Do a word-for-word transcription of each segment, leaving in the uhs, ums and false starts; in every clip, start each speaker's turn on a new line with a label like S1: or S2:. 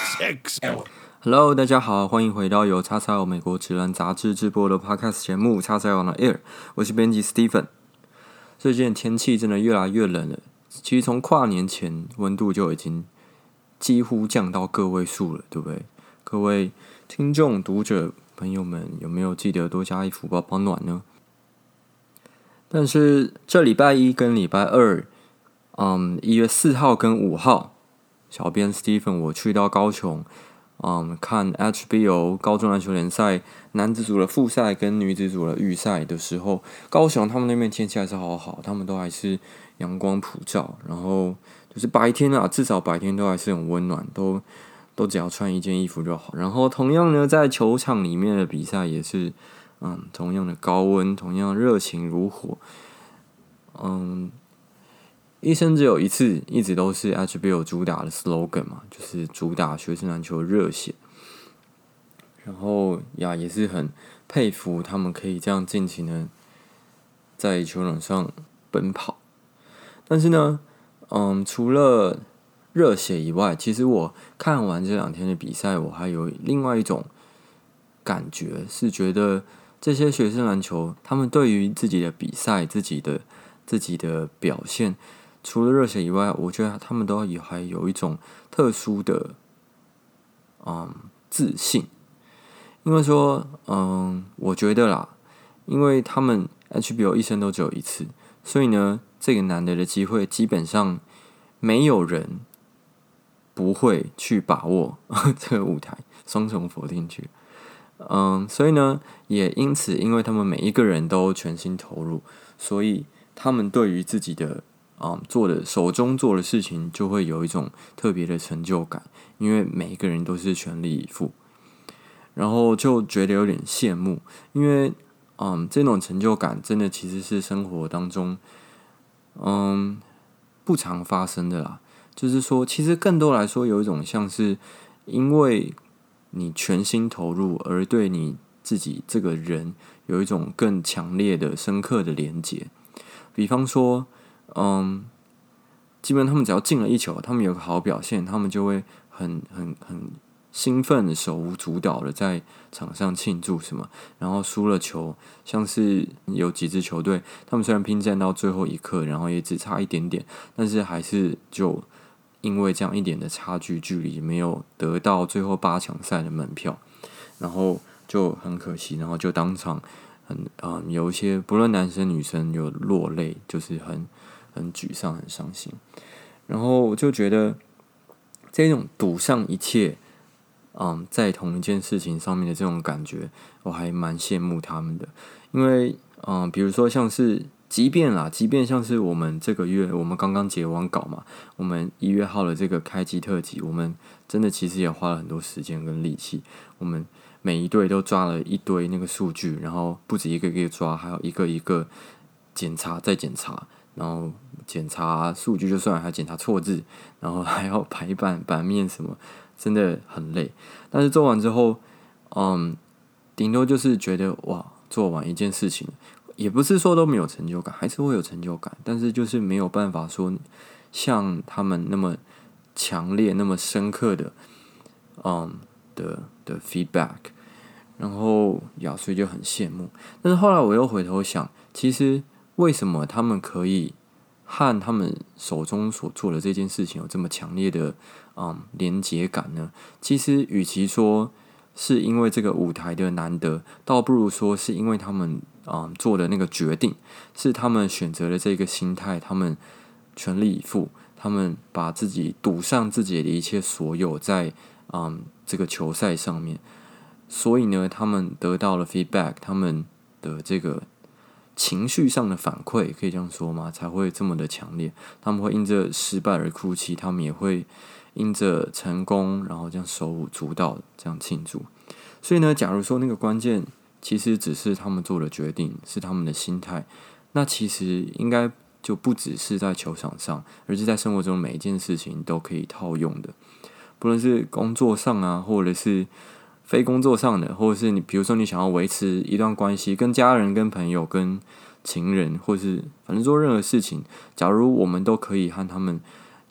S1: Hello， 大家好，欢迎回到由叉叉 L 美国职篮杂志制播的 Podcast 节目叉叉 L on the Air， 我是编辑 Stephen。最近天气真的越来越冷了，其实从跨年前温度就已经几乎降到个位数了，对不对？各位听众、读者朋友们，有没有记得多加衣服保保暖呢？但是这礼拜一跟礼拜二，嗯，一月四号跟五号，小编 Stephen 我去到高雄。嗯，看 H B O 高中篮球联赛男子组的复赛跟女子组的预赛的时候，高雄他们那边天气还是好好，他们都还是阳光普照，然后就是白天啊，至少白天都还是很温暖，都都只要穿一件衣服就好。然后同样呢，在球场里面的比赛也是，嗯，同样的高温，同样热情如火，嗯。一生只有一次，一直都是 H B O 主打的 slogan 嘛，就是主打学生篮球热血。然后呀，也是很佩服他们可以这样尽情的在球场上奔跑。但是呢，嗯，除了热血以外，其实我看完这两天的比赛，我还有另外一种感觉，是觉得这些学生篮球，他们对于自己的比赛、自己的自己的表现。除了热血以外，我觉得他们都有还有一种特殊的嗯自信，因为说嗯，我觉得啦，因为他们 H B O 一生都只有一次，所以呢，这个难得的机会，基本上没有人不会去把握这个舞台，双重否定句。嗯，所以呢，也因此，因为他们每一个人都全心投入，所以他们对于自己的啊、嗯，做的手中做的事情就会有一种特别的成就感，因为每一个人都是全力以赴，然后就觉得有点羡慕，因为嗯，这种成就感真的其实是生活当中嗯不常发生的啦。就是说，其实更多来说，有一种像是因为你全心投入，而对你自己这个人有一种更强烈的、深刻的连结。比方说。嗯，基本上他们只要进了一球，他们有个好表现，他们就会很很很兴奋的手舞足蹈的在场上庆祝什么。然后输了球，像是有几支球队，他们虽然拼战到最后一刻，然后也只差一点点，但是还是就因为这样一点的差距距离，没有得到最后八强赛的门票，然后就很可惜，然后就当场很啊、嗯、有一些不论男生女生有落泪，就是很。很沮丧，很伤心，然后我就觉得这种赌上一切，嗯，在同一件事情上面的这种感觉，我还蛮羡慕他们的。因为，嗯，比如说像是，即便啦，即便像是我们这个月，我们刚刚结完稿嘛，我们一月号的这个开机特辑，我们真的其实也花了很多时间跟力气，我们每一队都抓了一堆那个数据，然后不止一个一个抓，还有一个一个检查再检查。然后检查数据就算了，还检查错字，然后还要排版版面什么，真的很累。但是做完之后，嗯，顶多就是觉得哇，做完一件事情，也不是说都没有成就感，还是会有成就感，但是就是没有办法说像他们那么强烈、那么深刻的，嗯的的 feedback。然后呀，所以就很羡慕。但是后来我又回头想，其实。为什么他们可以和他们手中所做的这件事情有这么强烈的嗯连结感呢？其实，与其说是因为这个舞台的难得，倒不如说是因为他们嗯做的那个决定，是他们选择了这个心态，他们全力以赴，他们把自己赌上自己的一切所有在嗯这个球赛上面，所以呢，他们得到了 feedback， 他们的这个。情绪上的反馈可以这样说吗？才会这么的强烈。他们会因着失败而哭泣，他们也会因着成功，然后这样手舞足蹈这样庆祝。所以呢，假如说那个关键其实只是他们做的决定，是他们的心态，那其实应该就不只是在球场上，而是在生活中每一件事情都可以套用的。不论是工作上啊，或者是非工作上的，或者是你，比如说你想要维持一段关系，跟家人、跟朋友、跟情人，或是反正做任何事情，假如我们都可以和他们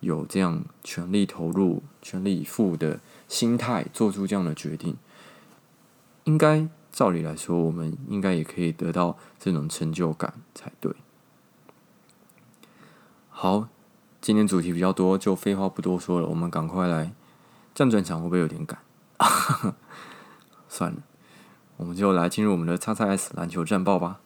S1: 有这样全力投入、全力以赴的心态做出这样的决定，应该照理来说，我们应该也可以得到这种成就感才对。好，今天主题比较多，就废话不多说了，我们赶快来。这样转场会不会有点赶？算了，我们就来进入我们的 X X S 篮球战报吧。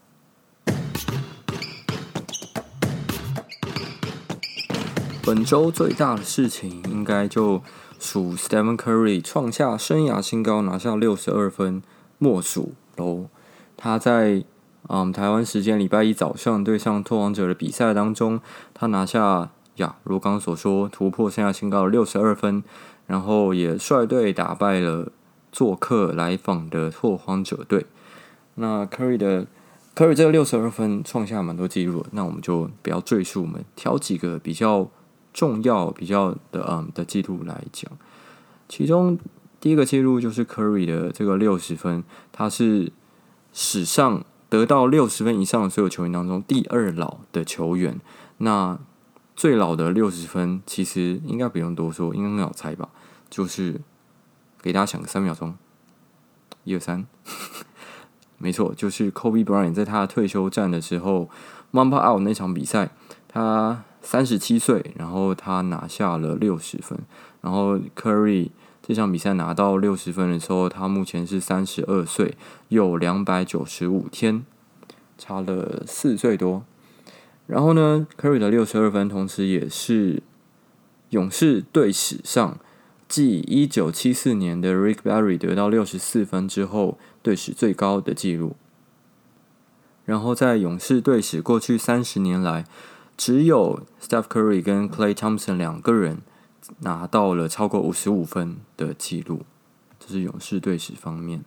S1: 本周最大的事情应该就属 Stephen Curry 创下生涯新高，拿下六十二分莫属喽。他在嗯台湾时间礼拜一早上对上拓荒者的比赛当中，他拿下呀，如刚刚所说，突破生涯新高的六十二分，然后也率队打败了做客来访的拓荒者队。那 Curry 的 Curry 这个六十二分创下蛮多纪录，那我们就不要赘述，我们挑几个比较重要、比较的嗯的纪录来讲。其中第一个纪录就是 Curry 的这个六十分，他是史上得到六十分以上的所有球员当中第二老的球员。那最老的六十分，其实应该不用多说，应该很好猜吧？就是给大家想个三秒钟，一二三，没错，就是 Kobe Bryant 在他的退休战的时候 ，Mamba Out 那场比赛，他三十七岁，然后他拿下了六十分，然后 Curry 这场比赛拿到六十分的时候，他目前是三十二岁，有两百九十五天，差了四岁多。然后呢 ，Curry 的六十二分，同时也是勇士队史上继一九七四年的 Rick Barry 得到六十四分之后，队史最高的纪录。然后在勇士队史过去三十年来，只有 Steph Curry 跟 Klay Thompson 两个人拿到了超过五十五分的纪录，这是勇士队史方面。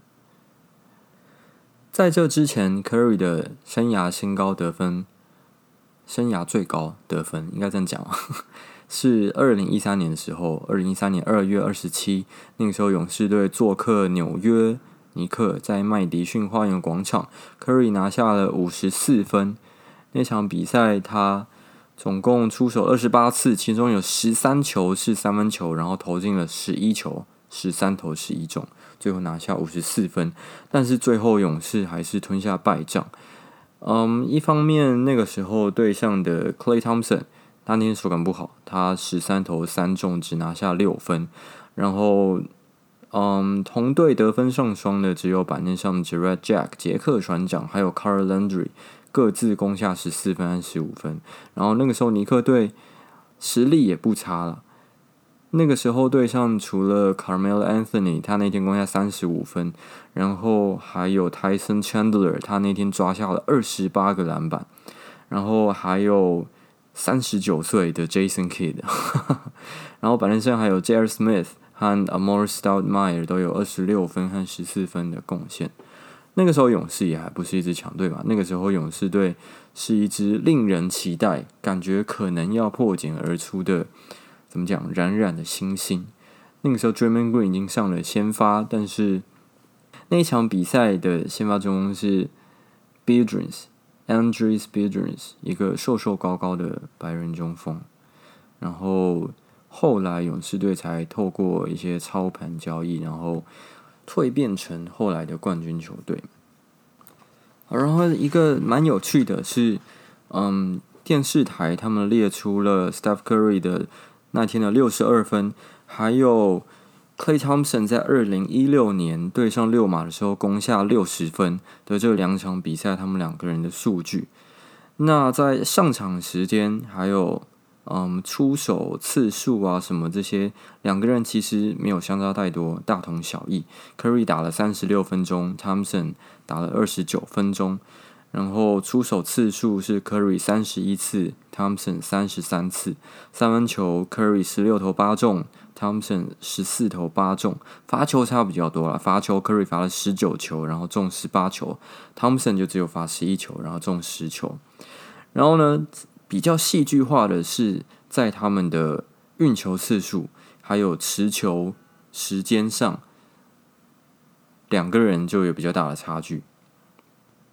S1: 在这之前 ，Curry 的生涯新高得分。生涯最高得分应该这样讲是二零一三年的时候，二零一三年二月二十七，那个时候勇士队做客纽约尼克，在麦迪逊花园广场 ，Curry 拿下了五十四分。那场比赛他总共出手二十八次，其中有十三球是三分球，然后投进了十一球，十三投十一中，最后拿下五十四分。但是最后勇士还是吞下败仗。嗯，一方面那个时候对上的 Klay Thompson 他那天手感不好，他十三投三中，只拿下六分。然后，嗯，同队得分上双的只有板凳上的 Jarrett Jack 杰克船长，还有 Carl Landry 各自攻下十四分和十五分。然后那个时候尼克队实力也不差了。那个时候队上除了 Carmelo Anthony 他那天攻下三十五分，然后还有 Tyson Chandler 他那天抓下了二十八个篮板，然后还有三十九岁的 Jason Kidd 然后板凳上还有 J R Smith 和 Amor Stoudemire 都有二十六分和十四分的贡献。那个时候勇士也还不是一支强队嘛，那个时候勇士队是一支令人期待，感觉可能要破茧而出的怎么讲冉冉的星星。那个时候 Draymond Green 已经上了先发，但是那一场比赛的先发中锋是 Biedrins Andris Biedrins 一个瘦瘦高高的白人中锋。然后后来勇士队才透过一些操盘交易，然后蜕变成后来的冠军球队。然后一个蛮有趣的是，嗯，电视台他们列出了 Steph Curry 的那天的六十二分，还有 Klay Thompson 在二零一六年对上溜马的时候攻下六十分的这两场比赛，他们两个人的数据。那在上场时间还有嗯出手次数啊什么这些，两个人其实没有相差太多，大同小异。Curry 打了三十六分钟 ，Thompson 打了二十九分钟。然后出手次数是 Curry 三十一次 ，Thompson 三十三次。三分球 Curry 十六投八中 ，Thompson 十四投八中。罚球差比较多啦，罚球 Curry 罚了十九球，然后中十八球 ，Thompson 就只有罚十一球，然后中十球。然后呢，比较戏剧化的是在他们的运球次数还有持球时间上，两个人就有比较大的差距。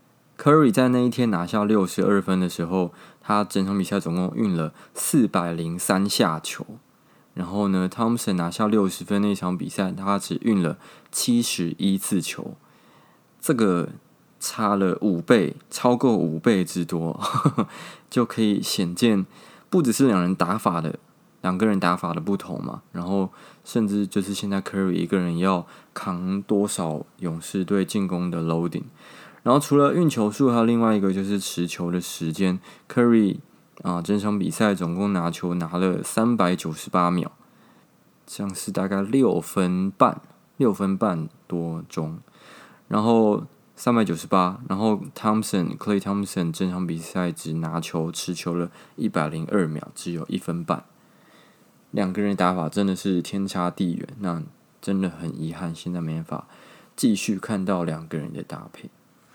S1: Curry 在那一天拿下六十二分的时候，他整场比赛总共运了四百零三下球。然后呢 ，Thompson 拿下六十分那场比赛，他只运了七十一次球，这个差了五倍，超过五倍之多，呵呵，就可以显见不只是两人打法的两个人打法的不同嘛，然后甚至就是现在 Curry 一个人要扛多少勇士队进攻的 loading。然后除了运球数，还有另外一个就是持球的时间 ，Curry。啊，整场比赛总共拿球拿了三百九十八秒，这样是大概六分半，六分半多钟。然后三百九十八，然后 Thompson Klay Thompson 整场比赛只拿球持球了一百零二秒，只有一分半。两个人打法真的是天差地远，那真的很遗憾，现在没办法继续看到两个人的搭配。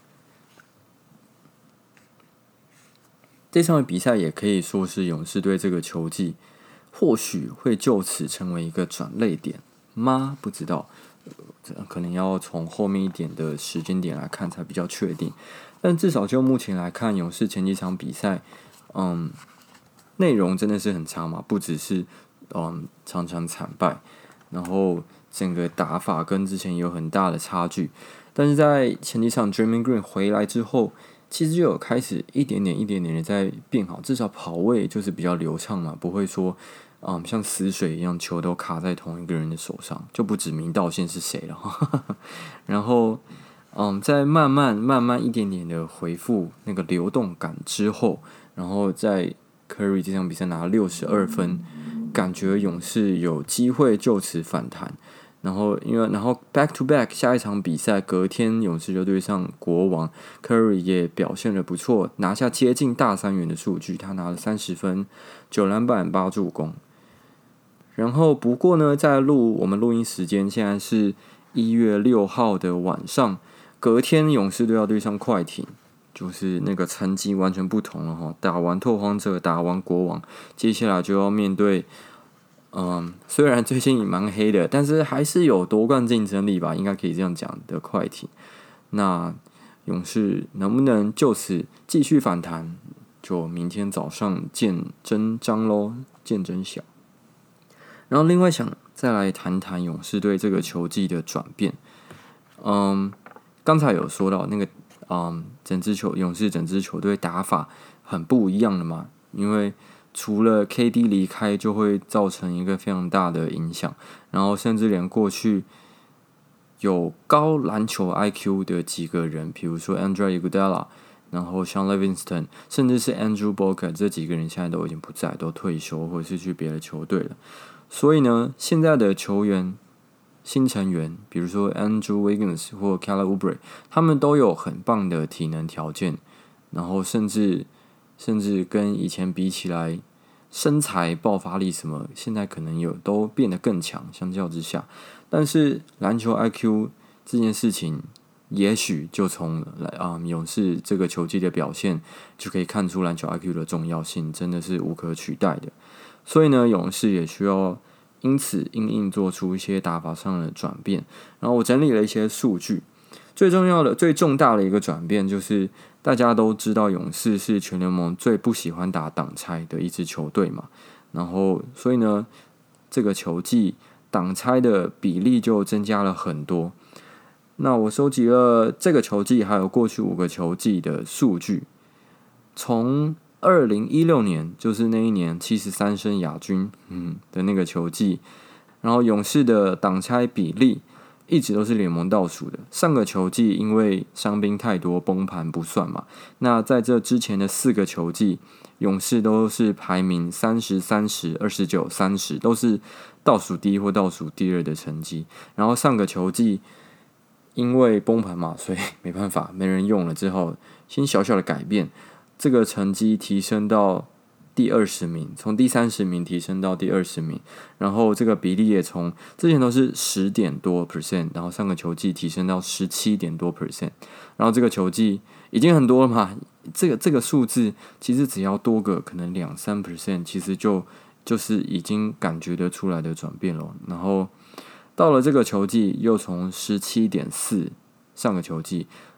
S1: 这场比赛也可以说是勇士队这个球季或许会就此成为一个转捩点吗？不知道，呃、可能要从后面一点的时间点来看才比较确定。但至少就目前来看，勇士前几场比赛，嗯，内容真的是很差嘛，不只是嗯常常惨败，然后整个打法跟之前有很大的差距。但是在前几场 Draymond Green 回来之后，其实就有开始一点点、一点点的在变好，至少跑位就是比较流畅嘛，不会说，嗯，像死水一样，球都卡在同一个人的手上，就不指名道姓是谁了。然后，嗯，在慢慢、慢慢一点点的恢复那个流动感之后，然后在 Curry 这场比赛拿了六十二分，感觉勇士有机会就此反弹。然后，因为然后 back to back 下一场比赛，隔天勇士就对上国王 ，Curry 也表现得不错，拿下接近大三元的数据，他拿了三十分、九篮板、八助攻。然后不过呢，在录我们录音时间现在是一月六号的晚上，隔天勇士队要对上快艇，就是那个成绩完全不同了哈。打完拓荒者，打完国王，接下来就要面对。嗯，虽然最近蛮黑的，但是还是有夺冠竞争力吧，应该可以这样讲的快艇。那勇士能不能就此继续反弹，就明天早上见真章咯，见真晓。然后另外想再来谈谈勇士队这个球季的转变。嗯，刚才有说到那个，嗯，整支球勇士整支球队打法很不一样的嘛，因为除了 K D 离开，就会造成一个非常大的影响，然后甚至连过去有高篮球 I Q 的几个人，比如说 Andre Iguodala， 然后 Sean Livingston， 甚至是 Andrew Bogut， 这几个人现在都已经不在，都退休或者是去别的球队了。所以呢，现在的球员新成员，比如说 Andrew Wiggins 或 Kelly Oubre， 他们都有很棒的体能条件，然后甚至甚至跟以前比起来，身材、爆发力什么，现在可能有都变得更强，相较之下。但是篮球 I Q 这件事情，也许就从啊、嗯、勇士这个球季的表现就可以看出篮球 I Q 的重要性，真的是无可取代的。所以呢，勇士也需要因此因应做出一些打法上的转变。然后我整理了一些数据，最重要的、最重大的一个转变就是，大家都知道勇士是全联盟最不喜欢打挡拆的一支球队嘛。然后，所以呢，这个球季挡拆的比例就增加了很多。那我收集了这个球季还有过去五个球季的数据，从二零一六年，就是那一年七十三胜亚军，嗯的那个球季，然后勇士的挡拆比例一直都是联盟倒数的。上个球季因为伤兵太多，崩盘不算嘛。那在这之前的四个球季，勇士都是排名三十、三十、二十九、三十，都是倒数第一或倒数第二的成绩。然后上个球季因为崩盘嘛，所以没办法，没人用了之后，先小小的改变。这个成绩提升到第二十名，从第三十名提升到第二十名，然后这个比例也从之前都是十点多 percent， 然后上个球季提升到十七点多 percent， 然后这个球季已经很多了嘛，这个这个数字其实只要多个可能两三 percent， 其实就就是已经感觉得出来的转变了。然后到了这个球季又从十七点四上个球季。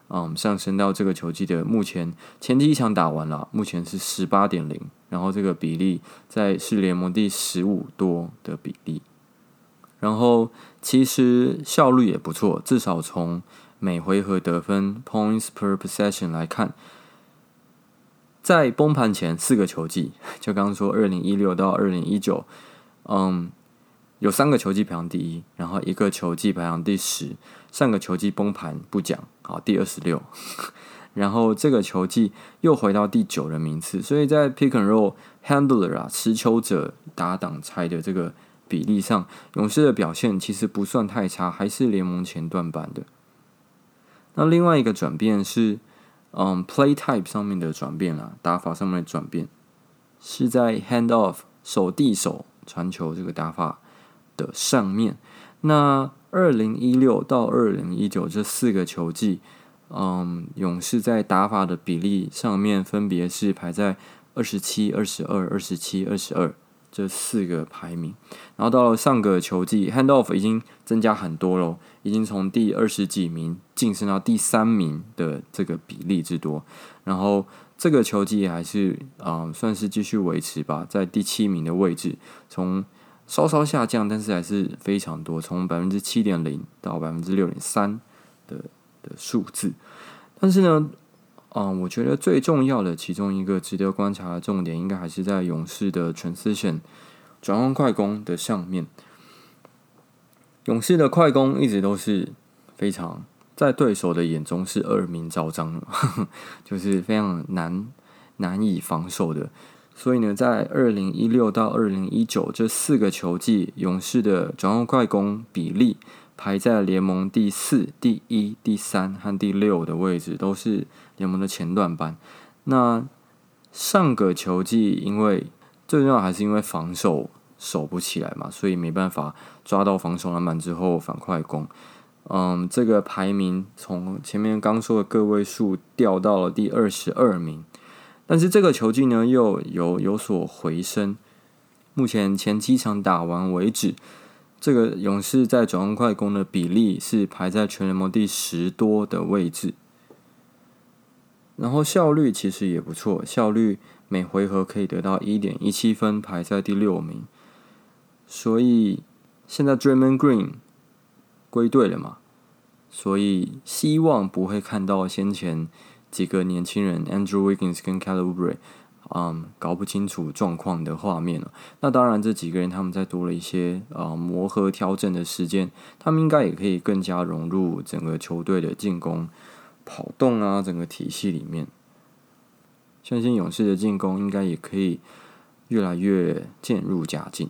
S1: 嗯上升到这个球季的目前前第一场打完了，目前是 十八点零， 然后这个比例在是联盟第十五多的比例。然后其实效率也不错，至少从每回合得分 points per possession 来看，在崩盘前四个球季，就刚刚说二零一六到二零一九，嗯，有三个球季排行第一，然后一个球季排行第十，上个球季崩盘不讲，好第二十六，然后这个球季又回到第九的名次，所以在 pick and roll handler 啊持球者打挡拆的这个比例上，勇士的表现其实不算太差，还是联盟前段班的。那另外一个转变是，嗯 ，play type 上面的转变啦，打法上面的转变，是在 hand off 手递手传球这个打法的上面。那二零一六到二零一九这四个球季，嗯，勇士在打法的比例上面分别是排在二十七、二十二、二十七、二十二。这四个排名，然后到了上个球季 ，handoff 已经增加很多咯，已经从第二十几名晋升到第三名的这个比例之多。然后这个球季还是啊、呃，算是继续维持吧，在第七名的位置，从稍稍下降，但是还是非常多，从百分之七点零到百分之六点三的的数字。但是呢，嗯，我觉得最重要的其中一个值得观察的重点，应该还是在勇士的 transition 转换快攻的上面。勇士的快攻一直都是非常在对手的眼中是恶名昭彰的，就是非常难难以防守的。所以呢，在二零一六到二零一九这四个球季，勇士的转换快攻比例排在联盟第四、第一、第三和第六的位置，都是联盟的前段班。那上个球季，因为最重要还是因为防守守不起来嘛，所以没办法抓到防守篮板之后反快攻。嗯，这个排名从前面刚说的个位数掉到了第二十二名。但是这个球季呢，又有有所回升。目前前七场打完为止，这个勇士在转换快攻的比例是排在全联盟第十多的位置。然后效率其实也不错，效率每回合可以得到 一点一七 分，排在第六名。所以现在 Draymond Green 归队了嘛，所以希望不会看到先前几个年轻人 Andrew Wiggins 跟 Kelly Oubre 嗯，搞不清楚状况的画面了。那当然这几个人他们再多了一些呃磨合调整的时间，他们应该也可以更加融入整个球队的进攻跑动啊，整个体系里面。相信勇士的进攻应该也可以越来越渐入佳境。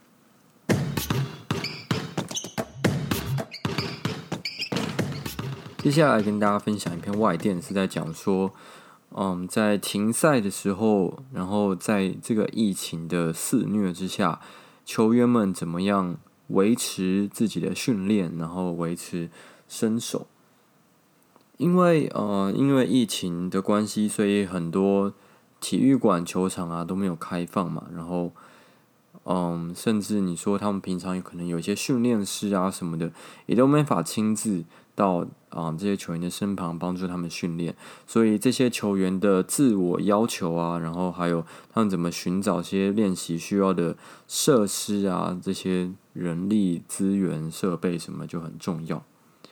S1: 接下来跟大家分享一篇外电，是在讲说，嗯，在停赛的时候，然后在这个疫情的肆虐之下，球员们怎么样维持自己的训练，然后维持身手。因为呃，因为疫情的关系，所以很多体育馆、球场啊都没有开放嘛，然后。嗯，甚至你说他们平常有可能有一些训练师啊什么的，也都没法亲自到啊、嗯、这些球员的身旁帮助他们训练，所以这些球员的自我要求啊，然后还有他们怎么寻找些练习需要的设施啊，这些人力资源设备什么就很重要。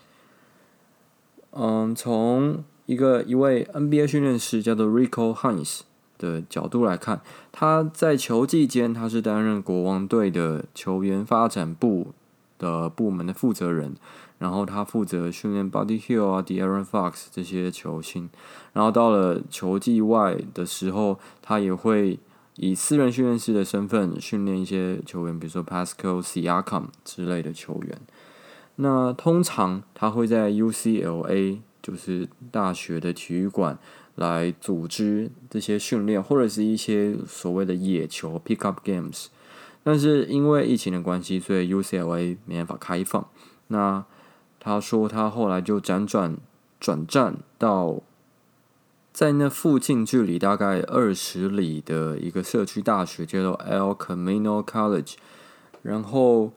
S1: 嗯，从一个一位 N B A 训练师叫做 Rico Hines的角度来看，他在球季间他是担任国王队的球员发展部的部门的负责人，然后他负责训练 Buddy Hield 啊、De'Aaron Fox 这些球星，然后到了球季外的时候，他也会以私人训练师的身份训练一些球员，比如说 Pascal Siakam 之类的球员。那通常他会在 U C L A 就是大学的体育馆来组织这些训练，或者是一些所谓的野球 pick up games。但是因为疫情的关系，所以 U C L A 没办法开放。那他说他后来就辗转转战到在那附近距离大概二十里的一个社区大学，叫做 El Camino College。然后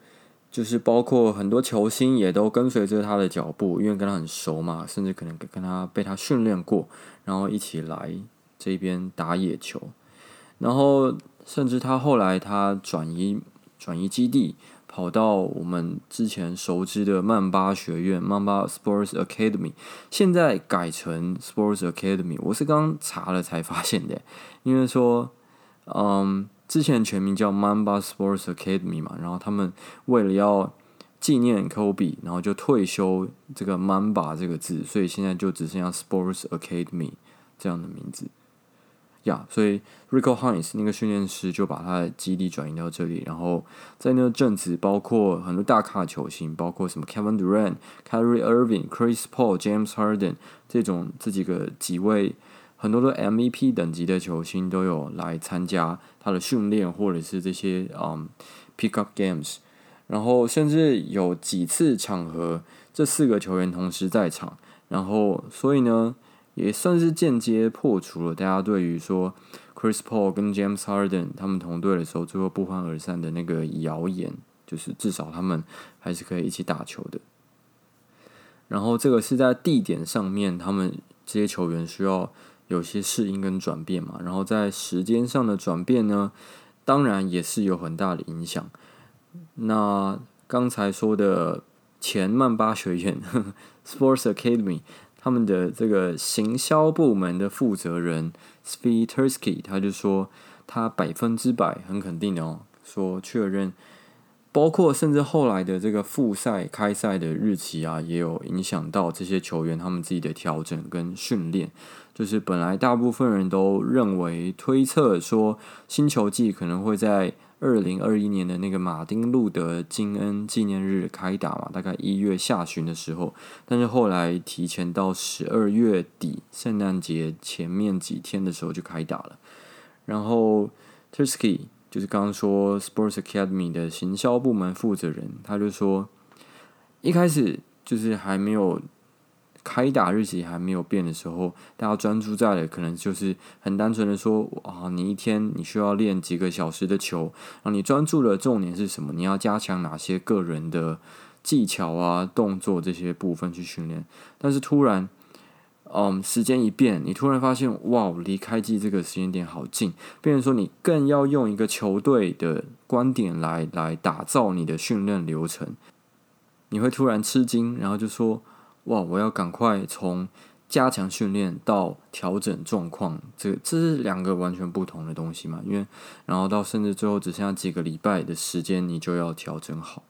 S1: 就是包括很多球星也都跟随着他的脚步，因为跟他很熟嘛，甚至可能跟他被他训练过，然后一起来这边打野球。然后甚至他后来他转移转移基地，跑到我们之前熟知的曼巴学院 （Mamba Sports Academy），现在改成 Sports Academy。我是刚查了才发现的，因为说，嗯。之前全名叫 Mamba Sports Academy 嘛，然后他们为了要纪念 Kobe， 然后就退休这个 Mamba 这个字，所以现在就只剩下 Sports Academy 这样的名字呀。Yeah, 所以 Rico Hines 那个训练师就把他的基地转移到这里，然后在那阵子，包括很多大咖球星，包括什么 Kevin Durant、Kyrie Irving、Chris Paul、James Harden 这种这几个几位。很多的 M V P 等级的球星都有来参加他的训练，或者是这些嗯 pick up games， 然后甚至有几次场合，这四个球员同时在场，然后所以呢，也算是间接破除了大家对于说 Chris Paul 跟 James Harden 他们同队的时候最后不欢而散的那个谣言，就是至少他们还是可以一起打球的。然后这个是在地点上面，他们这些球员需要有些适应跟转变嘛，然后在时间上的转变呢，当然也是有很大的影响。那刚才说的前曼巴学院呵呵 Sports Academy， 他们的这个行销部门的负责人 Svi Tursky， 他就说他百分之百很肯定的哦，说确认。包括甚至后来的这个复赛开赛的日期啊，也有影响到这些球员他们自己的调整跟训练。就是本来大部分人都认为推测说新球季可能会在二零二一年的那个马丁路德金恩纪念日开打嘛，大概一月下旬的时候，但是后来提前到十二月底圣诞节前面几天的时候就开打了。然后 Tursky。就是刚刚说 Sports Academy 的行销部门负责人，他就说，一开始就是还没有开打日期还没有变的时候，大家专注在的可能就是很单纯的说啊，你一天你需要练几个小时的球，然后你专注的重点是什么？你要加强哪些个人的技巧啊、动作这些部分去训练。但是突然。嗯，时间一变，你突然发现，哇，离开季这个时间点好近，变成说你更要用一个球队的观点来来打造你的训练流程，你会突然吃惊，然后就说，哇，我要赶快从加强训练到调整状况，这这是两个完全不同的东西嘛，因为然后到甚至最后只剩下几个礼拜的时间，你就要调整好，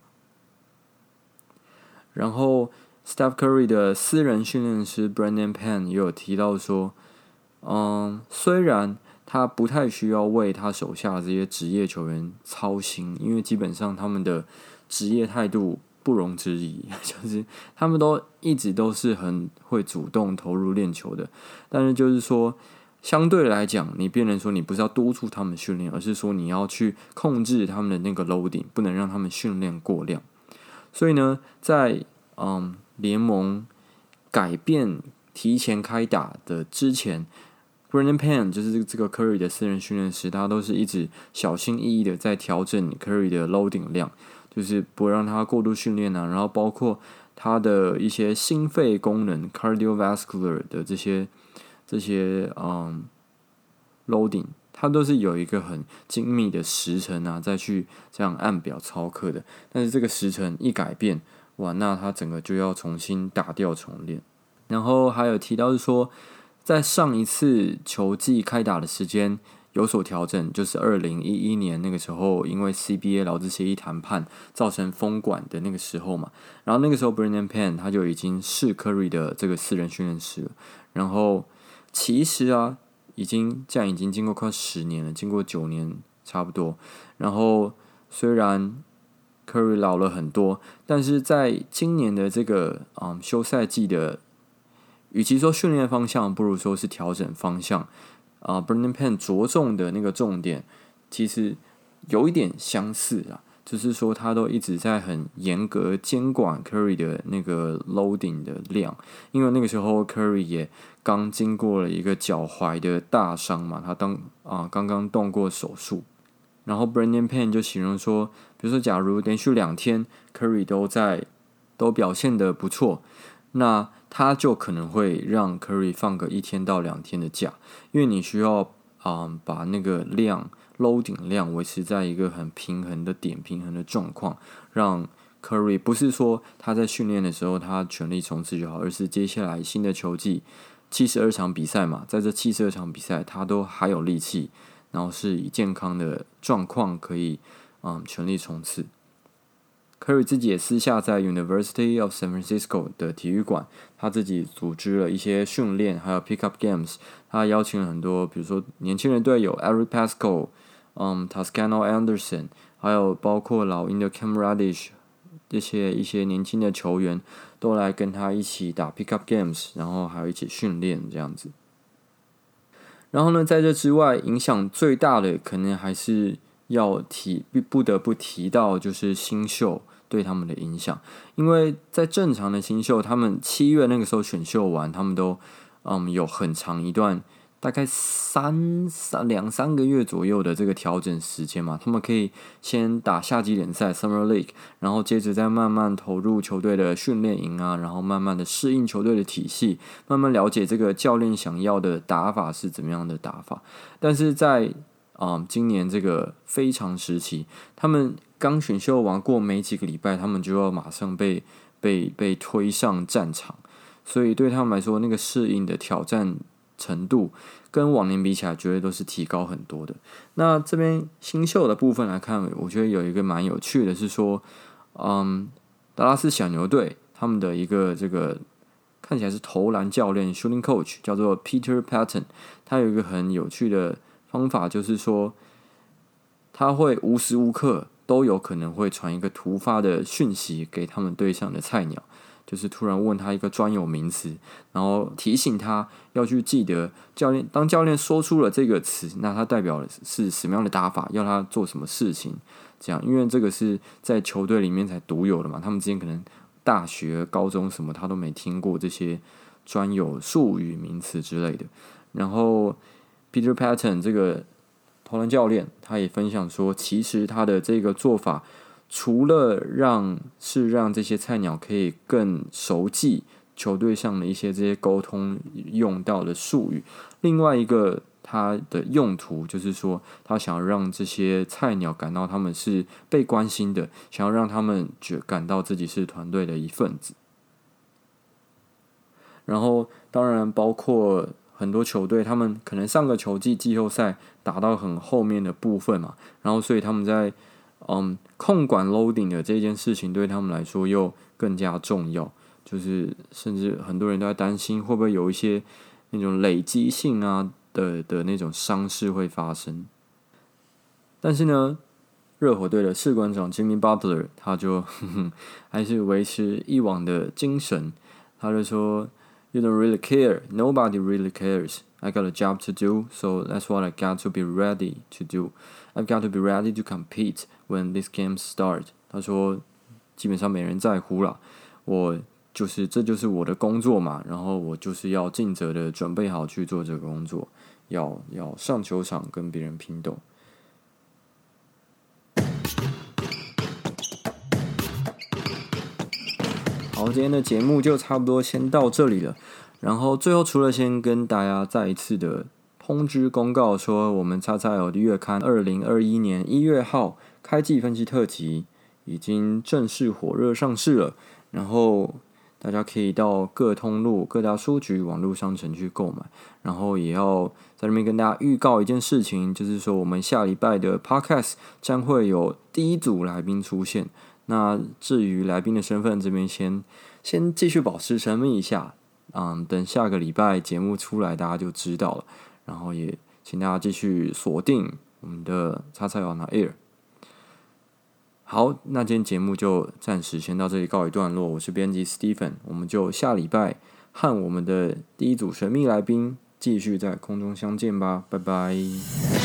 S1: 然后。Steph Curry 的私人训练师 Brandon Penn 也有提到说，嗯，虽然他不太需要为他手下的这些职业球员操心，因为基本上他们的职业态度不容置疑，就是他们都一直都是很会主动投入练球的。但是就是说，相对来讲，你变成说你不是要督促他们训练，而是说你要去控制他们的那个 loading， 不能让他们训练过量。所以呢，在嗯。联盟改变提前开打的之前 ，Brandon Penn 就是这个 Curry 的私人训练师，他都是一直小心翼翼的在调整 Curry 的 loading 量，就是不让他过度训练啊，然后包括他的一些心肺功能 cardiovascular 的这些这些嗯 loading， 他都是有一个很精密的时程啊，再去这样按表操课的，但是这个时程一改变。哇，那他整个就要重新打掉重练，然后还有提到是说，在上一次球季开打的时间有所调整，就是二零一一年那个时候，因为 C B A 劳资协议谈判造成封管的那个时候嘛，然后那个时候 Brandon Penn 他就已经是 Curry 的这个私人训练师了，然后其实啊，已经这样已经经过快十年了，经过九年差不多，然后虽然。Curry 老了很多，但是在今年的这个嗯休赛季的，与其说训练方向，不如说是调整方向啊。Brandon Penn 着重的那个重点，其实有一点相似啦，就是说他都一直在很严格监管 Curry 的那个 loading 的量，因为那个时候 Curry 也刚经过了一个脚踝的大伤嘛，他当啊刚刚动过手术。 然后 Brandon Payne 就形容说，比如说假如连续两天 Curry 都在都表现得不错，那他就可能会让 Curry 放个一天到两天的假，因为你需要啊、嗯、把那个量 loading 量维持在一个很平衡的点、平衡的状况，让 Curry 不是说他在训练的时候他全力冲刺就好，而是接下来新的球季七十二场比赛嘛，在这七十二场比赛他都还有力气，然后是以健康的状况可以嗯全力冲刺。Curry 自己也私下在 University of San Francisco 的体育馆，他自己组织了一些训练，还有 Pickup Games。他邀请了很多，比如说年轻人队友 Eric Paschall、嗯 Toscano Anderson， 还有包括老鹰的 Cam Reddish 这些一些年轻的球员，都来跟他一起打 Pickup Games， 然后还有一起训练这样子。然后呢，在这之外，影响最大的可能还是要提不得不提到，就是新秀对他们的影响。因为在正常的新秀，他们七月那个时候选秀完，他们都嗯有很长一段大概三三两三个月左右的这个调整时间嘛，他们可以先打夏季联赛 Summer League， 然后接着再慢慢投入球队的训练营啊，然后慢慢的适应球队的体系，慢慢了解这个教练想要的打法是怎么样的打法。但是在嗯今年这个非常时期，他们刚选秀完过没几个礼拜，他们就要马上被被被推上战场，所以对他们来说，那个适应的挑战程度跟往年比起来，绝对都是提高很多的。那这边新秀的部分来看，我觉得有一个蛮有趣的是说，嗯，达拉斯小牛队他们的一个这个看起来是投篮教练 （shooting coach） 叫做 Peter Patton， 他有一个很有趣的方法，就是说他会无时无刻都有可能会传一个突发的讯息给他们队上的菜鸟。就是突然问他一个专有名词，然后提醒他要去记得教练。当教练说出了这个词，那他代表的是什么样的打法，要他做什么事情？这样，因为这个是在球队里面才独有的嘛。他们之前可能大学、高中什么他都没听过这些专有术语、名词之类的。然后 Peter Patton 这个投篮教练，他也分享说，其实他的这个做法，除了让是让这些菜鸟可以更熟记球队上的一些这些沟通用到的术语，另外一个他的用途就是说，他想要让这些菜鸟感到他们是被关心的，想要让他们觉感到自己是团队的一份子。然后当然包括很多球队，他们可能上个球季季后赛打到很后面的部分嘛，然后所以他们在嗯，控管 loading 的这件事情对他们来说又更加重要，就是甚至很多人都在担心会不会有一些那种累积性啊的的那种伤势会发生。但是呢，热火队的士官长 Jimmy Butler 他就呵呵还是维持以往的精神，他就说 You don't really care, nobody really cares. I got a job to do, so that's what I got to be ready to do. I've got to be ready to compete when these games start. 他说，基本上没人在乎啦，我就是这就是我的工作嘛，然后我就是要尽责的准备好去做这个工作，要要上球场跟别人拼斗。好，今天的节目就差不多先到这里了。然后最后，除了先跟大家再一次的通知公告说，我们 X X L 的月刊二零二一年一月号开季分析特辑已经正式火热上市了。然后大家可以到各通路、各大书局、网络商城去购买。然后也要在这边跟大家预告一件事情，就是说我们下礼拜的 Podcast 将会有第一组来宾出现。那至于来宾的身份，这边先先继续保持神秘一下，嗯，等下个礼拜节目出来，大家就知道了。然后也请大家继续锁定我们的叉叉 on air。好，那今天节目就暂时先到这里告一段落。我是编辑 Stephen， 我们就下礼拜和我们的第一组神秘来宾继续在空中相见吧，拜拜。